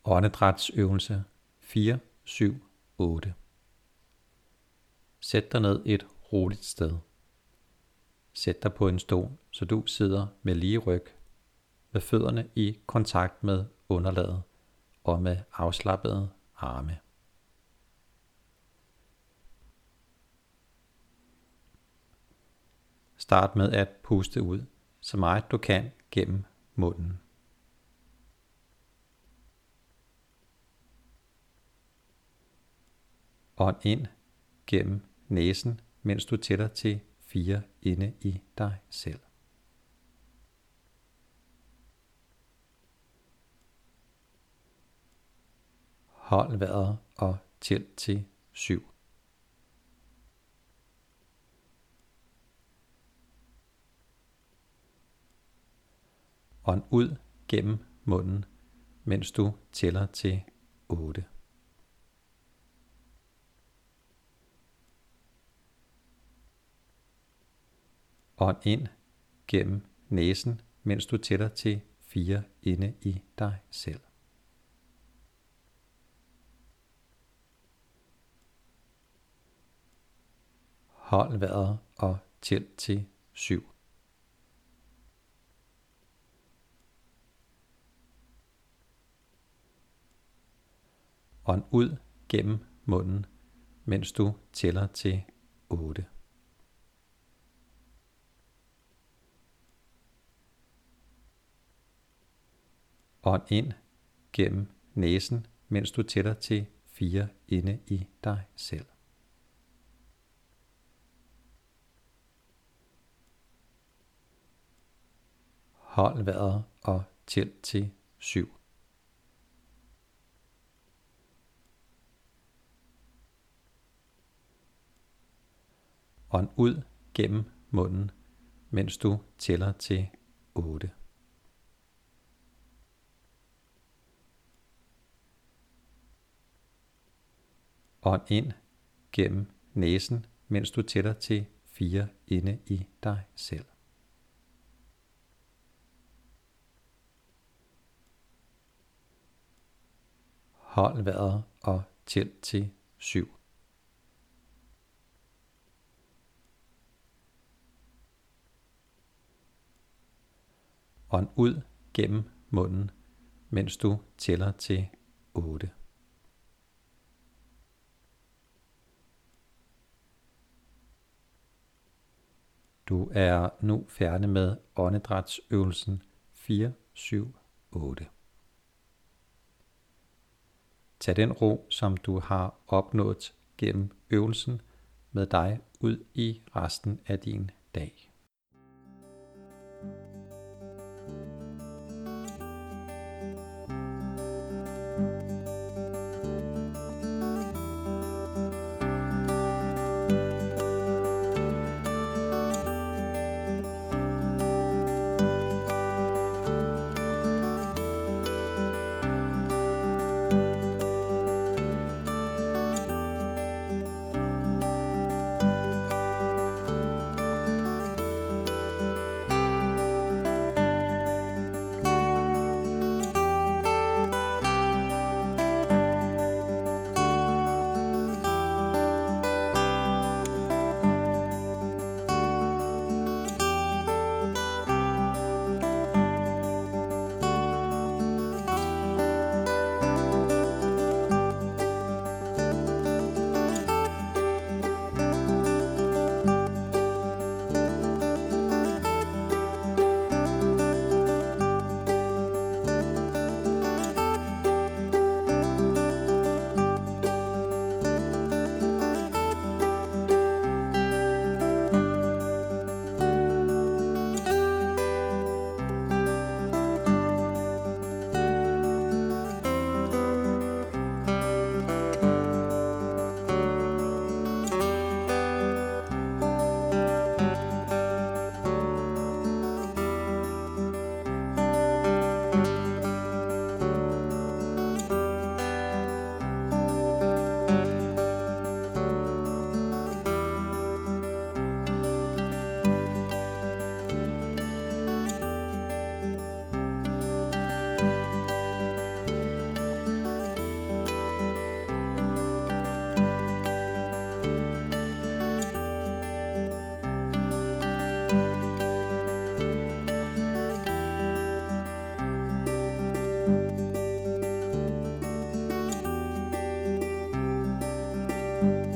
Åndedrætsøvelse 4, 7, 8. Sæt dig ned et roligt sted. Sæt dig på en stol, så du sidder med lige ryg, med fødderne i kontakt med underlaget og med afslappede arme. Start med at puste ud, så meget du kan gennem munden. Ånd ind gennem næsen, mens du tæller til 4 inde i dig selv. Hold vejret og tæl til 7. Ånd ud gennem munden, mens du tæller til 8. Ånd ind gennem næsen, mens du tæller til 4 inde i dig selv. Hold vejret og tæl til 7. Ånd ud gennem munden, mens du tæller til 8. Ånd ind gennem næsen, mens du tæller til 4 inde i dig selv. Hold vejret og tæl til 7. Ånd ud gennem munden, mens du tæller til 8. Ånd ind gennem næsen, mens du tæller til 4 inde i dig selv. Hold vejret og tæl til 7. Ånd ud gennem munden, mens du tæller til 8. Du er nu færdig med åndedrætsøvelsen 4, 7, 8. Tag den ro, som du har opnået gennem øvelsen, med dig ud i resten af din dag. dig.